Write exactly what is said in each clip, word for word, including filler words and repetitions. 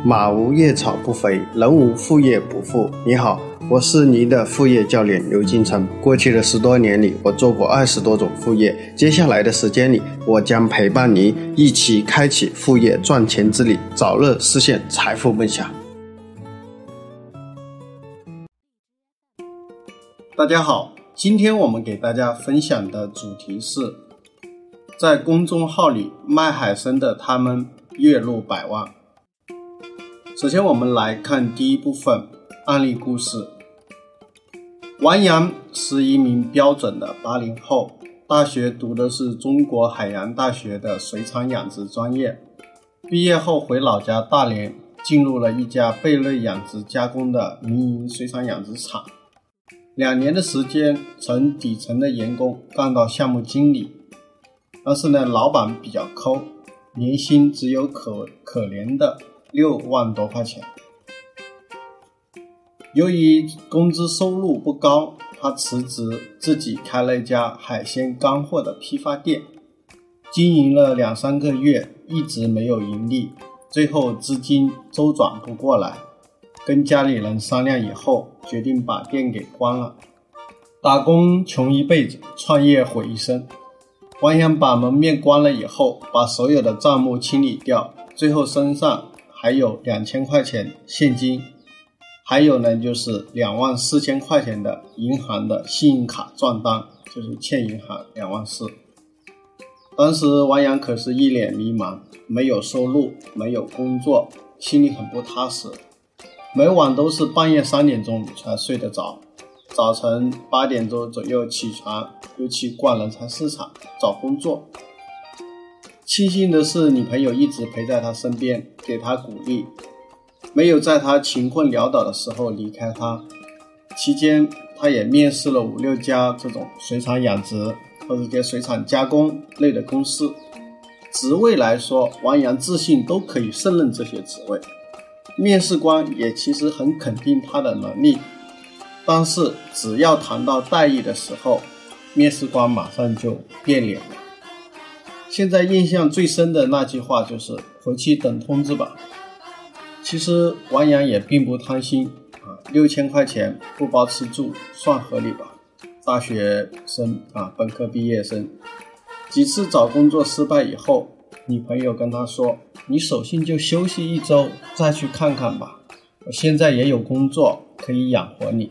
马无夜草不肥，人无副业不富。你好，我是您的副业教练刘金成。过去的十多年里，我做过二十多种副业。接下来的时间里，我将陪伴您一起开启副业赚钱之旅，早日实现财富梦想。大家好，今天我们给大家分享的主题是在公众号里卖海参的他们月入百万。首先我们来看第一部分案例故事。王阳是一名标准的八零后，大学读的是中国海洋大学的水产养殖专业，毕业后回老家大连，进入了一家贝类养殖加工的民营水产养殖场。两年的时间，从底层的员工干到项目经理，但是呢，老板比较抠，年薪只有可可怜的六万多块钱。由于工资收入不高，他辞职自己开了一家海鲜干货的批发店，经营了两三个月，一直没有盈利，最后资金周转不过来，跟家里人商量以后，决定把店给关了。打工穷一辈子，创业毁一生。王阳把门面关了以后，把所有的账目清理掉，最后身上还有两千块钱现金，还有呢就是两万四千块钱的银行的信用卡账单，就是欠银行两万四。当时王阳可是一脸迷茫，没有收入，没有工作，心里很不踏实，每晚都是半夜三点钟才睡得着，早晨八点钟左右起床，又去逛人才市场找工作。庆幸的是，女朋友一直陪在他身边，给他鼓励，没有在他穷困潦倒的时候离开他。期间他也面试了五六家这种水产养殖或者水产加工类的公司，职位来说，王阳自信都可以胜任这些职位，面试官也其实很肯定他的能力，但是只要谈到待遇的时候，面试官马上就变脸了。现在印象最深的那句话就是回去等通知吧。其实王阳也并不贪心啊，六千块钱不包吃住算合理吧。大学生啊，本科毕业生，几次找工作失败以后，女朋友跟他说，你索性就休息一周再去看看吧，我现在也有工作可以养活你。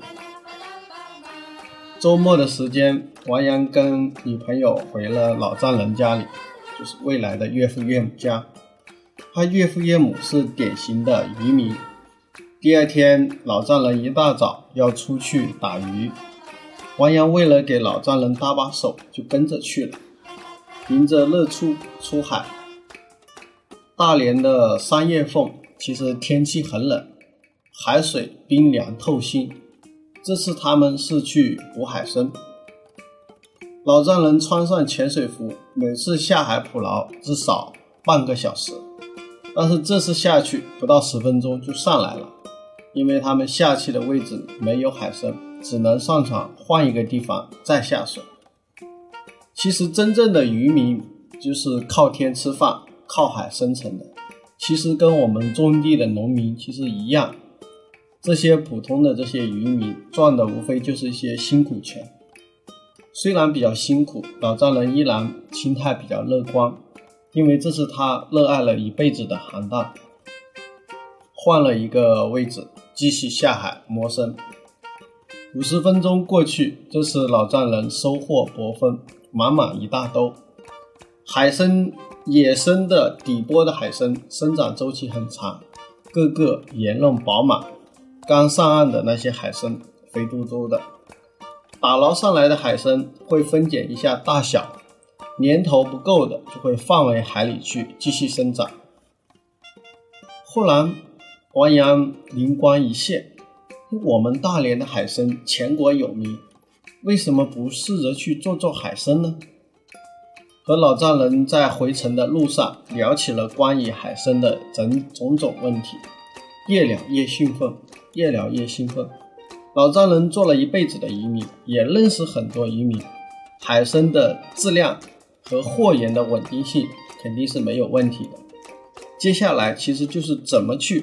周末的时间，王阳跟女朋友回了老丈人家里，就是未来的岳父岳母家。他岳父岳母是典型的渔民。第二天，老丈人一大早要出去打鱼，王阳为了给老丈人搭把手，就跟着去了。迎着日出出海。大连的三月份其实天气很冷，海水冰凉透心。这次他们是去捕海参。老丈人穿上潜水服，每次下海捕捞至少半个小时，但是这次下去不到十分钟就上来了，因为他们下去的位置没有海参，只能上船换一个地方再下水。其实真正的渔民就是靠天吃饭，靠海生存的，其实跟我们种地的农民其实一样。这些普通的这些渔民赚的无非就是一些辛苦钱。虽然比较辛苦，老丈人依然心态比较乐观，因为这是他热爱了一辈子的行当。换了一个位置，继续下海摸参。五十分钟过去，这时老丈人收获颇丰，满满一大兜。海参野生的底波的海参生长周期很长，个个圆润饱满，刚上岸的那些海参肥嘟嘟的，打捞上来的海参会分解一下大小，年头不够的就会放回海里去继续生长。忽然王阳灵光一现，我们大连的海参全国有名，为什么不试着去做做海参呢？和老丈人在回程的路上聊起了关于海参的种种种问题，越聊越兴奋，越聊越兴奋。老丈人做了一辈子的渔民，也认识很多渔民，海参的质量和货源的稳定性肯定是没有问题的。接下来其实就是怎么去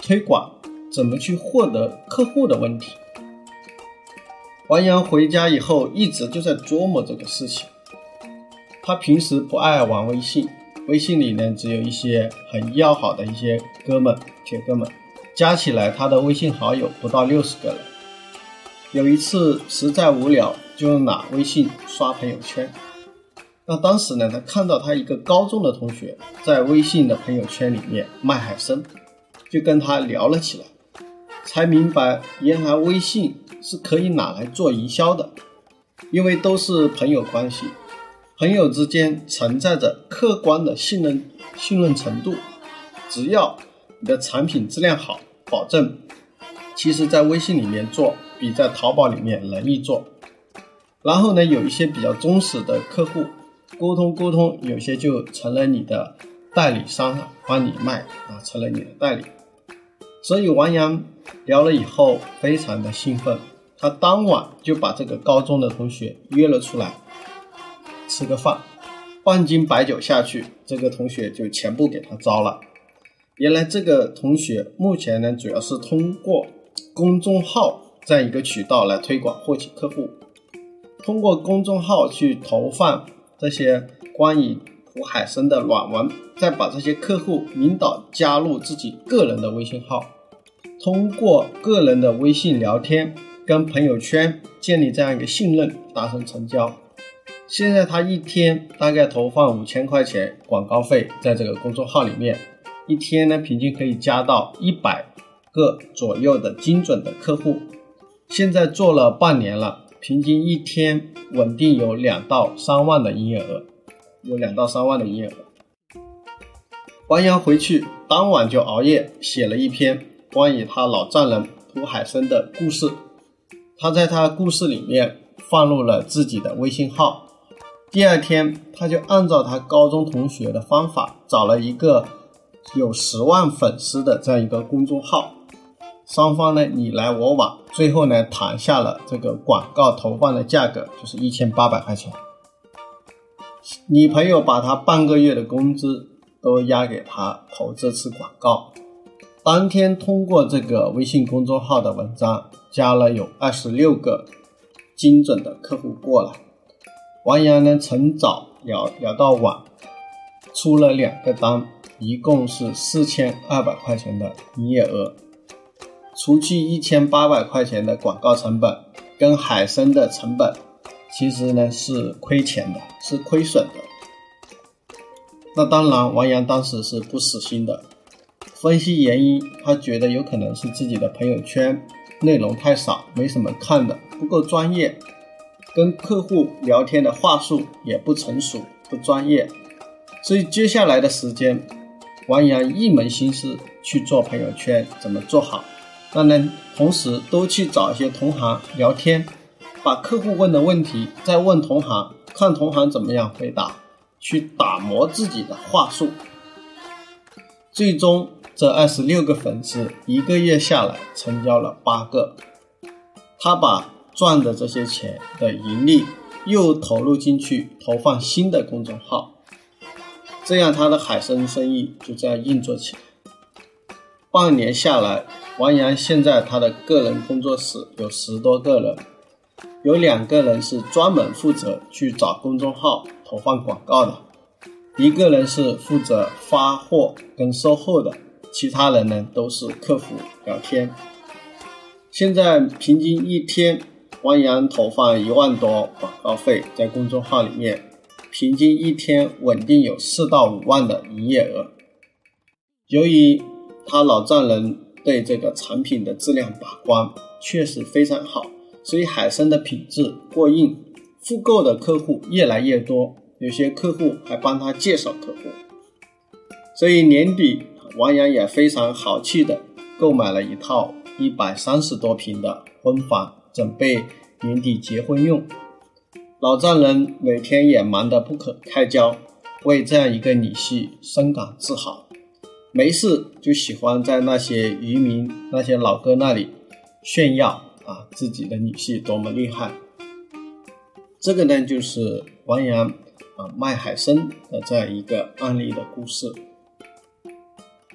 推广怎么去获得客户的问题。王阳回家以后一直就在琢磨这个事情。他平时不爱玩微信，微信里呢只有一些很要好的一些哥们铁哥们，加起来他的微信好友不到六十个人。有一次实在无聊，就拿微信刷朋友圈。那当时呢，他看到他一个高中的同学在微信的朋友圈里面卖海参，就跟他聊了起来，才明白原来微信是可以拿来做营销的。因为都是朋友关系，朋友之间存在着客观的信任信任程度，只要你的产品质量好，保证其实在微信里面做比在淘宝里面容易做。然后呢，有一些比较忠实的客户沟通沟通，有些就成了你的代理商了，帮你卖啊，成了你的代理。所以王阳聊了以后非常的兴奋，他当晚就把这个高中的同学约了出来吃个饭，半斤白酒下去，这个同学就全部给他招了。原来这个同学目前呢，主要是通过公众号这样一个渠道来推广获取客户，通过公众号去投放这些关于捕海参的软文，再把这些客户引导加入自己个人的微信号，通过个人的微信聊天跟朋友圈建立这样一个信任，达成成交。现在他一天大概投放五千块钱广告费在这个公众号里面，一天呢平均可以加到一百个左右的精准的客户。现在做了半年了，平均一天稳定有两到三万的营业额，有两到三万的营业额。王阳回去当晚就熬夜写了一篇关于他老丈人捕海参的故事。他在他故事里面放入了自己的微信号。第二天他就按照他高中同学的方法，找了一个有十万粉丝的这样一个公众号，双方呢你来我往，最后呢谈下了这个广告投放的价格，就是一千八百块钱。女朋友把他半个月的工资都押给他投这次广告。当天通过这个微信公众号的文章加了有二十六个精准的客户过来。王阳呢从早聊聊到晚，出了两个单，一共是四千二百块钱的营业额。除去一千八百块钱的广告成本跟海参的成本，其实呢是亏钱的，是亏损的。那当然王阳当时是不死心的，分析原因，他觉得有可能是自己的朋友圈内容太少，没什么看的，不够专业，跟客户聊天的话术也不成熟，不专业。所以接下来的时间，王阳一门心思去做朋友圈怎么做好，那呢同时都去找一些同行聊天，把客户问的问题再问同行，看同行怎么样回答，去打磨自己的话术。最终这二十六个粉丝一个月下来成交了八个，他把赚的这些钱的盈利又投入进去投放新的公众号，这样他的海参生意就这样运作起来。半年下来，王阳现在他的个人工作室有十多个人，有两个人是专门负责去找公众号投放广告的，一个人是负责发货跟售后的，其他人呢都是客服聊天。现在平均一天王阳投放一万多广告费在公众号里面，平均一天稳定有四到五万的营业额。由于他老丈人对这个产品的质量把关确实非常好，所以海参的品质过硬，复购的客户越来越多，有些客户还帮他介绍客户。所以年底王阳也非常豪气的购买了一套一百三十多平的婚房，准备年底结婚用。老丈人每天也忙得不可开交，为这样一个女婿深感自豪，没事就喜欢在那些渔民那些老哥那里炫耀啊自己的女婿多么厉害。这个呢就是王阳啊卖海参的这样一个案例的故事。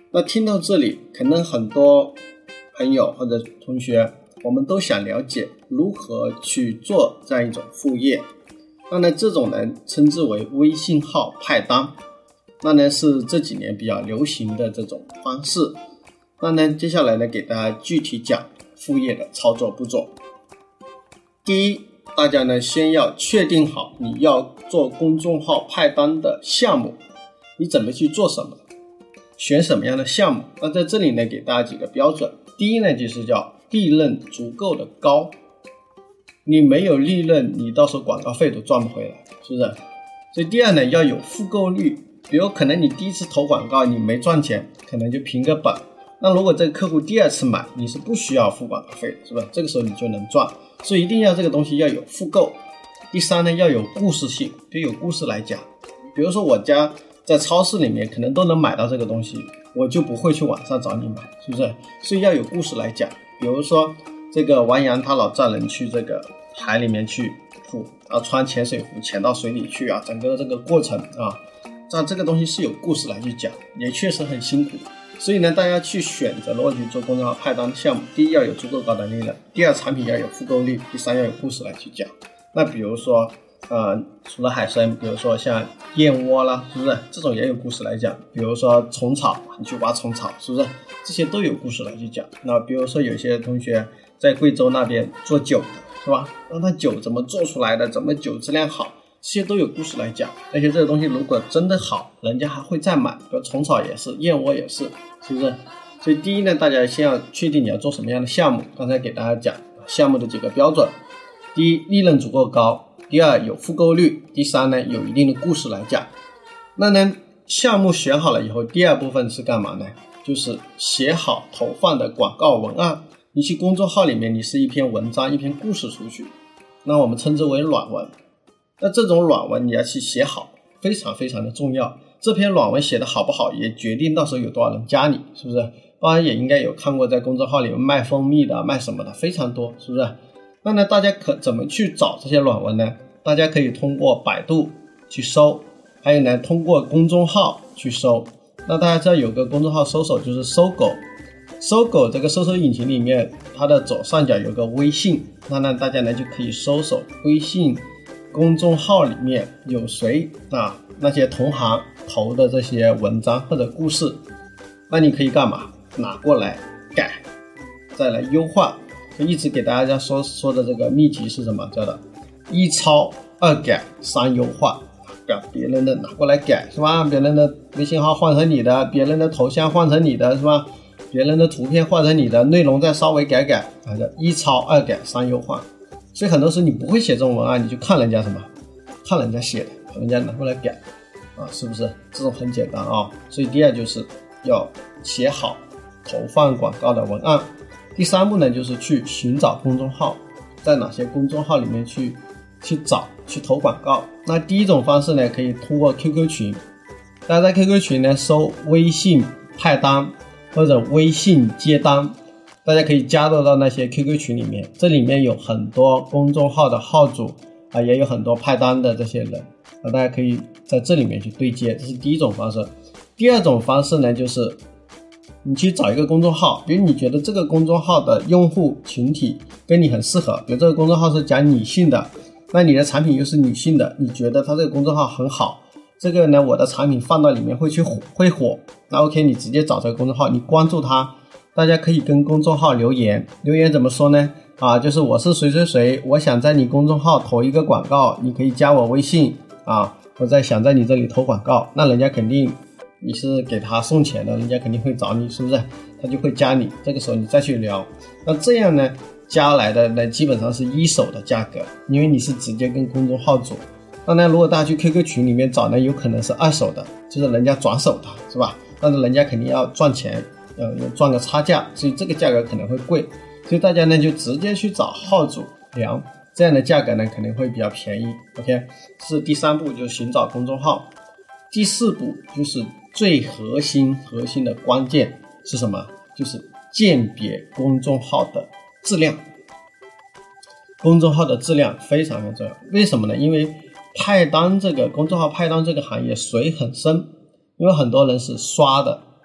那听到这里，可能很多朋友或者同学，我们都想了解如何去做这样一种副业。那呢，这种呢称之为微信号派单，那呢是这几年比较流行的这种方式。那呢，接下来呢给大家具体讲副业的操作步骤。第一，大家呢先要确定好你要做公众号派单的项目，你准备去做什么，选什么样的项目。那在这里呢给大家几个标准。第一呢就是叫利润足够的高，你没有利润，你到时候广告费都赚不回来，是不是？所以第二呢要有复购率，比如可能你第一次投广告你没赚钱，可能就凭个本，那如果这个客户第二次买，你是不需要付广告费的，是吧？这个时候你就能赚。所以一定要这个东西要有复购。第三呢要有故事性，就有故事来讲。比如说我家在超市里面可能都能买到这个东西，我就不会去网上找你买，是不是？所以要有故事来讲。比如说这个王阳他老丈人去这个海里面去捕，啊穿潜水服潜到水里去啊，整个这个过程啊，这这个东西是有故事来去讲，也确实很辛苦。所以呢，大家去选择如果去做公众号派单项目，第一要有足够高的利润，第二产品要有复购率，第三要有故事来去讲。那比如说呃，除了海参，比如说像燕窝啦，是不是？这种也有故事来讲。比如说虫草，你去挖虫草，是不是？这些都有故事来去讲。那比如说有些同学在贵州那边做酒的，是吧？那他酒怎么做出来的，怎么酒质量好，这些都有故事来讲。而且这个东西如果真的好，人家还会再买。比如虫草也是，燕窝也是，是不是？所以第一呢，大家先要确定你要做什么样的项目。刚才给大家讲项目的几个标准：第一，利润足够高；第二，有复购率；第三呢，有一定的故事来讲。那呢，项目选好了以后，第二部分是干嘛呢？就是写好投放的广告文案。你去公众号里面，你是一篇文章，一篇故事出去，那我们称之为软文。那这种软文你要去写好，非常非常的重要。这篇软文写的好不好，也决定到时候有多少人加你，是不是？当然也应该有看过在公众号里面卖蜂蜜的，卖什么的非常多，是不是？那呢，大家可怎么去找这些软文呢？大家可以通过百度去搜，还有呢，通过公众号去搜。那大家知道有个公众号搜索就是搜狗，搜狗这个搜索引擎里面，它的左上角有个微信，那呢大家呢就可以搜索微信公众号里面有谁啊那些同行投的这些文章或者故事，那你可以干嘛？拿过来改，再来优化。就一直给大家说说的这个秘籍是什么？叫的一抄二改三优化，把别人的拿过来改，是吧？别人的微信号换成你的，别人的头像换成你的，是吧？别人的图片换成你的，内容再稍微改改，啊，叫一抄二改三优化。所以很多时候你不会写这种文案，你就看人家什么，看人家写的，把人家拿过来改，啊，是不是？这种很简单啊。所以第二就是要写好投放广告的文案。第三步呢，就是去寻找公众号，在哪些公众号里面去去找去投广告。那第一种方式呢，可以通过 Q Q 群，大家在 Q Q 群呢搜微信派单或者微信接单，大家可以加入到那些 Q Q 群里面，这里面有很多公众号的号主啊，也有很多派单的这些人啊，大家可以在这里面去对接，这是第一种方式。第二种方式呢，就是你去找一个公众号，比如你觉得这个公众号的用户群体跟你很适合，比如这个公众号是讲女性的，那你的产品又是女性的，你觉得它这个公众号很好，这个呢我的产品放到里面会去火会火，那 OK 你直接找这个公众号，你关注它，大家可以跟公众号留言，留言怎么说呢？啊，就是我是谁谁谁，我想在你公众号投一个广告，你可以加我微信啊，我在想在你这里投广告，那人家肯定你是给他送钱的，人家肯定会找你，是不是？他就会加你，这个时候你再去聊，那这样呢加来的呢基本上是一手的价格，因为你是直接跟公众号主。当然如果大家去 Q Q 群里面找呢，有可能是二手的，就是人家转手的，是吧？但是人家肯定要赚钱，要赚个差价，所以这个价格可能会贵，所以大家呢就直接去找号主聊，这样的价格呢可能会比较便宜。 OK， 这是第三步，就是寻找公众号。第四步就是最核心核心的关键是什么？就是鉴别公众号的质量。公众号的质量非常非常重要，为什么呢？因为派单这个公众号派单这个行业水很深，因为很多人是刷的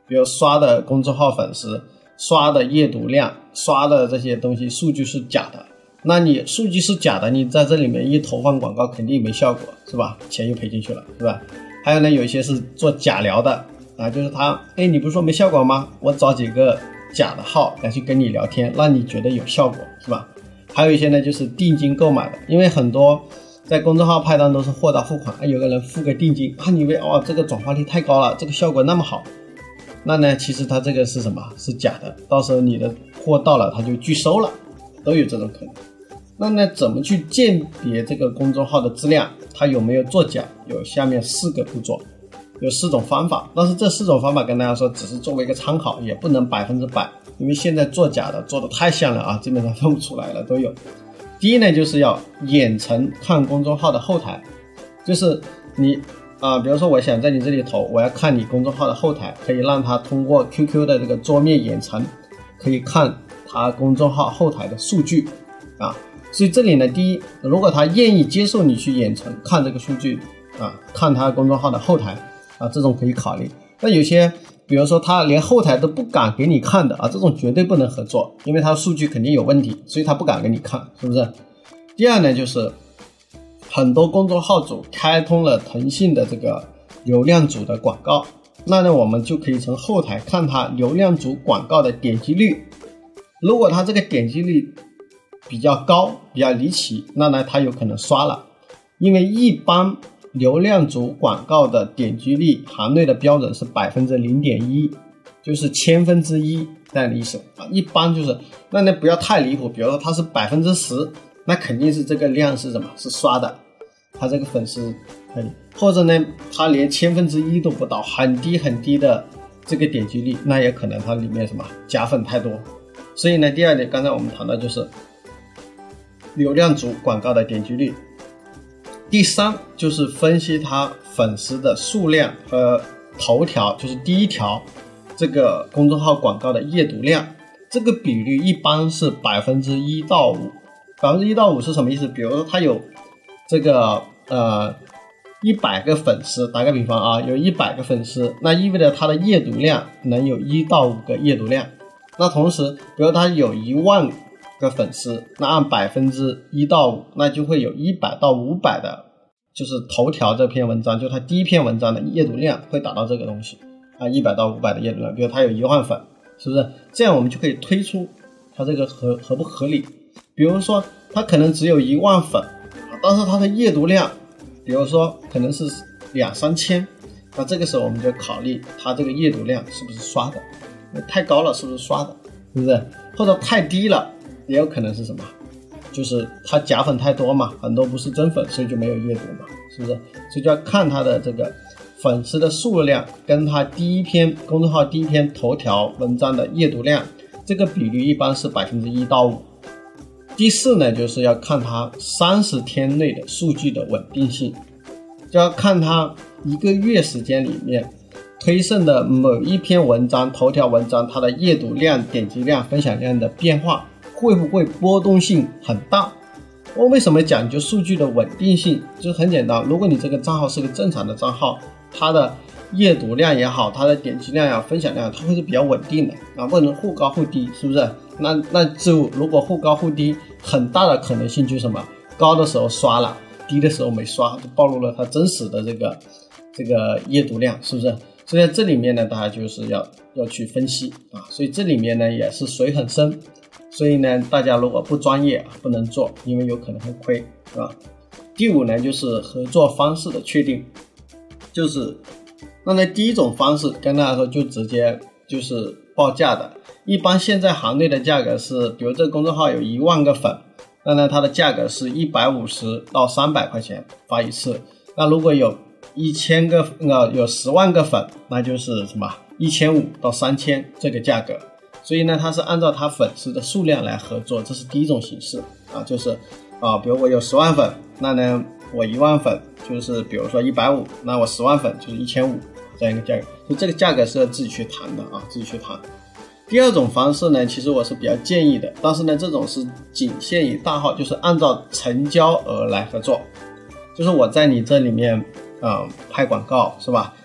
比如刷的公众号粉丝、刷的阅读量、刷的这些东西数据是假的，那你数据是假的，你在这里面一投放广告肯定没效果，是吧？钱又赔进去了，是吧？还有呢，有一些是做假聊的啊，就是他，哎，你不是说没效果吗？我找几个假的号来去跟你聊天，让你觉得有效果，是吧？还有一些呢，就是定金购买的，因为很多在公众号派单都是货到付款，啊，有个人付个定金，啊，你以为哦这个转化率太高了，这个效果那么好，那呢其实他这个是什么？是假的，到时候你的货到了他就拒收了，都有这种可能。那呢怎么去鉴别这个公众号的质量，它有没有作假？有下面四个步骤，有四种方法，但是这四种方法跟大家说只是作为一个参考，也不能百分之百，因为现在作假的做的太像了啊，基本上分不出来了，都有。第一呢，就是要远程看公众号的后台，就是你啊、呃，比如说我想在你这里投，我要看你公众号的后台，可以让他通过 Q Q 的这个桌面远程，可以看他公众号后台的数据啊。所以这里呢，第一，如果他愿意接受你去远程看这个数据啊，看他公众号的后台啊，这种可以考虑。那有些比如说他连后台都不敢给你看的啊，这种绝对不能合作，因为他数据肯定有问题，所以他不敢给你看，是不是？第二呢，就是很多公众号主开通了腾讯的这个流量组的广告，那呢我们就可以从后台看他流量组广告的点击率，如果他这个点击率比较高，比较离奇，那呢他有可能刷了，因为一般流量组广告的点击率行内的标准是 百分之零点一， 就是千分之一这样的意思啊。一般就是那呢不要太离谱，比如说它是 百分之十， 那肯定是这个量是什么？是刷的，他这个粉丝可以，或者呢他连千分之一都不到，很低很低的这个点击率，那也可能它里面什么假粉太多。所以呢，第二点刚才我们谈到就是流量组广告的点击率。第三就是分析他粉丝的数量和头条，就是第一条这个公众号广告的阅读量，这个比率一般是 百分之一到五， 百分之一到五是什么意思？比如说他有这个呃一百个粉丝，打个比方啊，有一百个粉丝，那意味着他的阅读量能有一到五个阅读量。那同时比如他有一万个粉丝，那按百分之一到五，那就会有一百到五百的，就是头条这篇文章，就它第一篇文章的阅读量会达到这个东西啊，一百到五百的阅读量。比如它有一万粉，是不是？这样我们就可以推出它这个合合不合理。比如说它可能只有一万粉，但是它的阅读量，比如说可能是两三千，那这个时候我们就考虑它这个阅读量是不是刷的，太高了是不是刷的，是不是？或者太低了，也有可能是什么？就是他假粉太多嘛，很多不是真粉，所以就没有阅读嘛，是不是？所以就要看他的这个粉丝的数量跟他第一篇公众号第一篇头条文章的阅读量，这个比率一般是 百分之一到五。 第四呢，就是要看他三十天内的数据的稳定性，就要看他一个月时间里面推送的某一篇文章头条文章，它的阅读量、点击量、分享量的变化会不会波动性很大。我为什么讲究数据的稳定性？就是很简单，如果你这个账号是个正常的账号，它的阅读量也好，它的点击量呀、分享量，它会是比较稳定的啊，不能忽高忽低，是不是？那那就如果忽高忽低，很大的可能性就是什么？高的时候刷了，低的时候没刷，就暴露了它真实的这个这个阅读量，是不是？所以在这里面呢，大家就是要要去分析啊，所以这里面呢也是水很深。所以呢，大家如果不专业不能做，因为有可能会亏，是吧？第五呢，就是合作方式的确定，就是那呢第一种方式跟大家说，就直接就是报价的。一般现在行内的价格是，比如这个公众号有一万个粉，那呢它的价格是一百五十到三百块钱发一次。那如果有一千个呃有十万个粉，那就是什么一千五到三千这个价格。所以呢，它是按照他粉丝的数量来合作，这是第一种形式啊，就是啊，比如我有十万粉，那呢我一万粉就是比如说一百五，那我十万粉就是一千五这样一个价格，所以这个价格是要自己去谈的啊，自己去谈。第二种方式呢，其实我是比较建议的，但是呢，这种是仅限于大号，就是按照成交额来合作，就是我在你这里面啊、呃、拍广告是吧？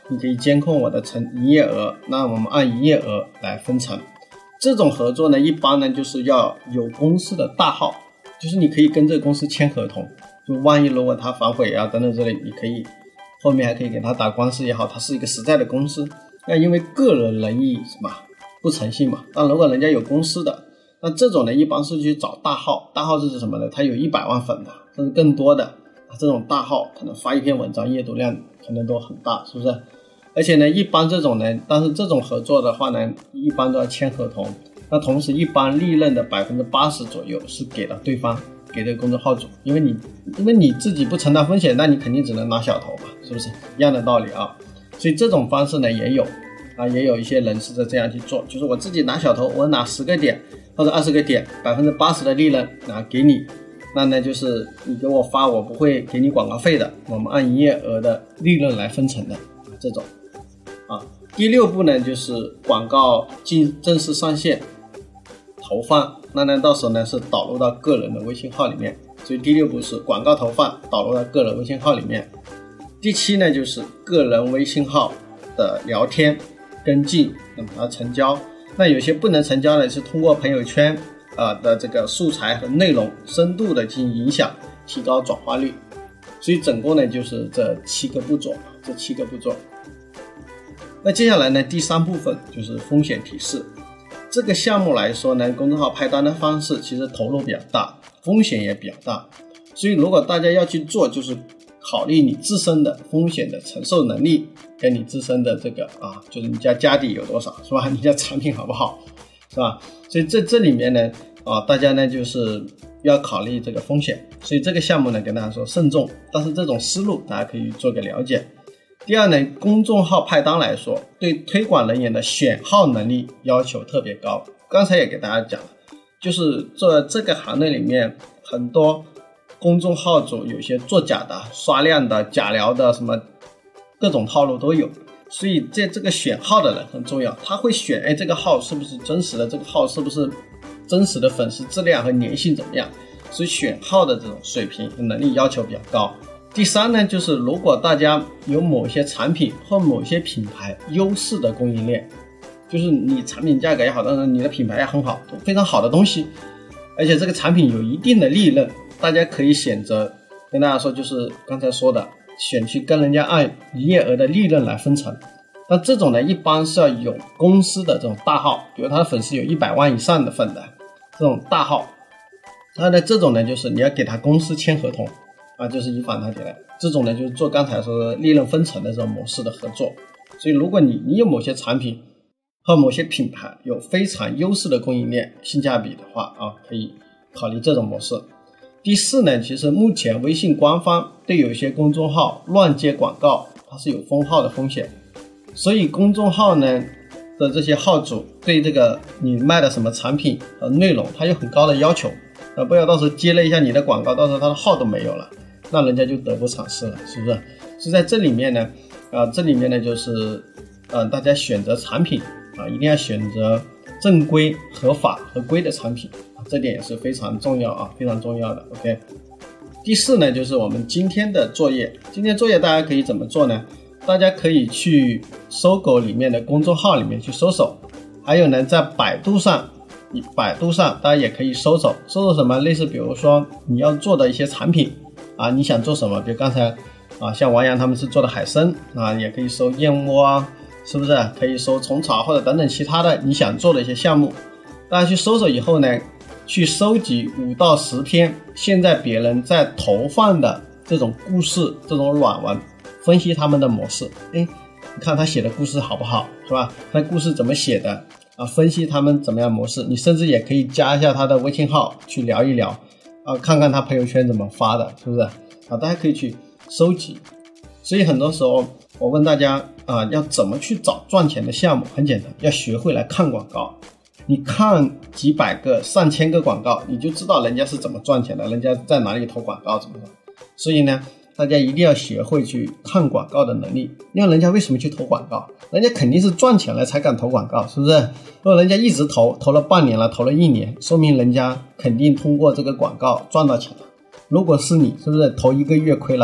你可以监控我的成营业额，那我们按营业额来分成。这种合作呢，一般呢就是要有公司的大号，就是你可以跟这个公司签合同，就万一如果他反悔啊等等之类，你可以后面还可以给他打官司也好，他是一个实在的公司。那因为个人仁义什么不诚信嘛，但如果人家有公司的，那这种呢一般是去找大号，大号是指什么呢？他有一百万粉的甚至更多的，这种大号可能发一篇文章阅读量可能都很大，是不是？而且呢一般这种呢，但是这种合作的话呢，一般都要签合同，那同时一般利润的 百分之八十 左右是给了对方，给这个公众号主，因为你因为你自己不承担风险，那你肯定只能拿小头嘛，是不是一样的道理啊？所以这种方式呢也有啊，也有一些人是在这样去做，就是我自己拿小头，我拿十个点或者二十个点 百分之八十 的利润拿给你，那呢就是你给我发，我不会给你广告费的，我们按营业额的利润来分成的这种啊。第六步呢就是广告进正式上线投放，那呢到时候呢是导入到个人的微信号里面，所以第六步是广告投放导入到个人微信号里面。第七呢就是个人微信号的聊天跟进，那么它成交。那有些不能成交呢，是通过朋友圈啊、呃、的这个素材和内容深度的进行影响，提高转化率。所以总共呢就是这七个步骤，这七个步骤。那接下来呢，第三部分就是风险提示。这个项目来说呢，公众号派单的方式其实投入比较大，风险也比较大。所以如果大家要去做，就是考虑你自身的风险的承受能力，跟你自身的这个啊，就是你家家底有多少，是吧？你家产品好不好，是吧？所以这这里面呢，啊，大家呢就是要考虑这个风险。所以这个项目呢，跟大家说慎重，但是这种思路大家可以做个了解。第二呢，公众号派单来说，对推广人员的选号能力要求特别高。刚才也给大家讲了，就是做这个行业里面很多公众号主有些做假的、刷量的、假聊的，什么各种套路都有，所以这这个选号的人很重要，他会选，哎，这个号是不是真实的，这个号是不是真实的粉丝质量和粘性怎么样，所以选号的这种水平和能力要求比较高。第三呢，就是如果大家有某些产品或某些品牌优势的供应链，就是你产品价格也好，但是你的品牌也很好，非常好的东西，而且这个产品有一定的利润，大家可以选择跟大家说，就是刚才说的，选去跟人家按营业额的利润来分成。那这种呢，一般是要有公司的这种大号，比如他的粉丝有一百万以上的粉的这种大号，那呢这种呢就是你要给他公司签合同啊，就是以反他给来，这种呢就是做刚才说的利润分成的这种模式的合作。所以如果你你有某些产品和某些品牌有非常优势的供应链性价比的话啊，可以考虑这种模式。第四呢，其实目前微信官方对有一些公众号乱接广告，它是有封号的风险，所以公众号呢的这些号主对这个你卖的什么产品和内容，它有很高的要求啊，不要到时候接了一下你的广告，到时候他的号都没有了，那人家就得不偿失了，是不是？所以在这里面呢，啊，这里面呢就是，呃，大家选择产品啊，一定要选择正规、合法、合规的产品，啊，这点也是非常重要啊，非常重要的。OK， 第四呢，就是我们今天的作业。今天作业大家可以怎么做呢？大家可以去搜狗里面的公众号里面去搜索，还有呢，在百度上。百度上大家也可以搜索搜索什么，类似比如说你要做的一些产品啊，你想做什么，比如刚才啊像王阳他们是做的海参啊，也可以搜燕窝啊，是不是可以搜虫草或者等等其他的你想做的一些项目。大家去搜索以后呢，去收集五到十篇现在别人在投放的这种故事，这种软文，分析他们的模式。诶，你看他写的故事好不好，是吧？他故事怎么写的啊，分析他们怎么样模式，你甚至也可以加一下他的微信号去聊一聊啊，看看他朋友圈怎么发的，是不是啊？大家可以去收集。所以很多时候我问大家啊，要怎么去找赚钱的项目，很简单，要学会来看广告。你看几百个上千个广告，你就知道人家是怎么赚钱的，人家在哪里投广告怎么的。所以呢，大家一定要学会去看广告的能力。因为人家为什么去投广告？人家肯定是赚钱了才敢投广告，是不是？如果人家一直投，投了半年了，投了一年，说明人家肯定通过这个广告赚到钱了。如果是你，是不是投一个月亏了，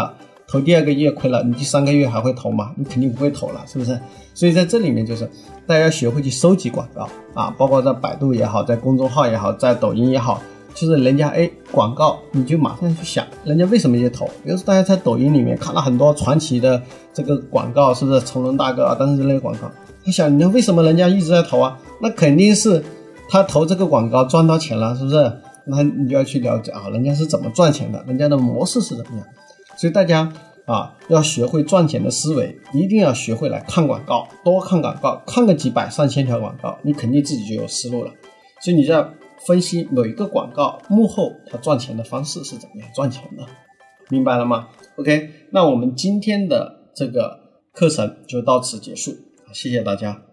投第二个月亏了，你第三个月还会投吗？你肯定不会投了，是不是？所以在这里面就是大家要学会去收集广告啊，包括在百度也好，在公众号也好，在抖音也好，就是人家哎广告，你就马上去想人家为什么去投。比如说大家在抖音里面看了很多传奇的这个广告，是不是成龙大哥啊等等之类的广告，他想你为什么人家一直在投啊？那肯定是他投这个广告赚到钱了，是不是？那你就要去了解啊，人家是怎么赚钱的，人家的模式是怎么样。所以大家啊要学会赚钱的思维，一定要学会来看广告，多看广告，看个几百上千条广告，你肯定自己就有思路了。所以你就要分析每一个广告幕后它赚钱的方式是怎么样赚钱的，明白了吗？ OK， 那我们今天的这个课程就到此结束，谢谢大家。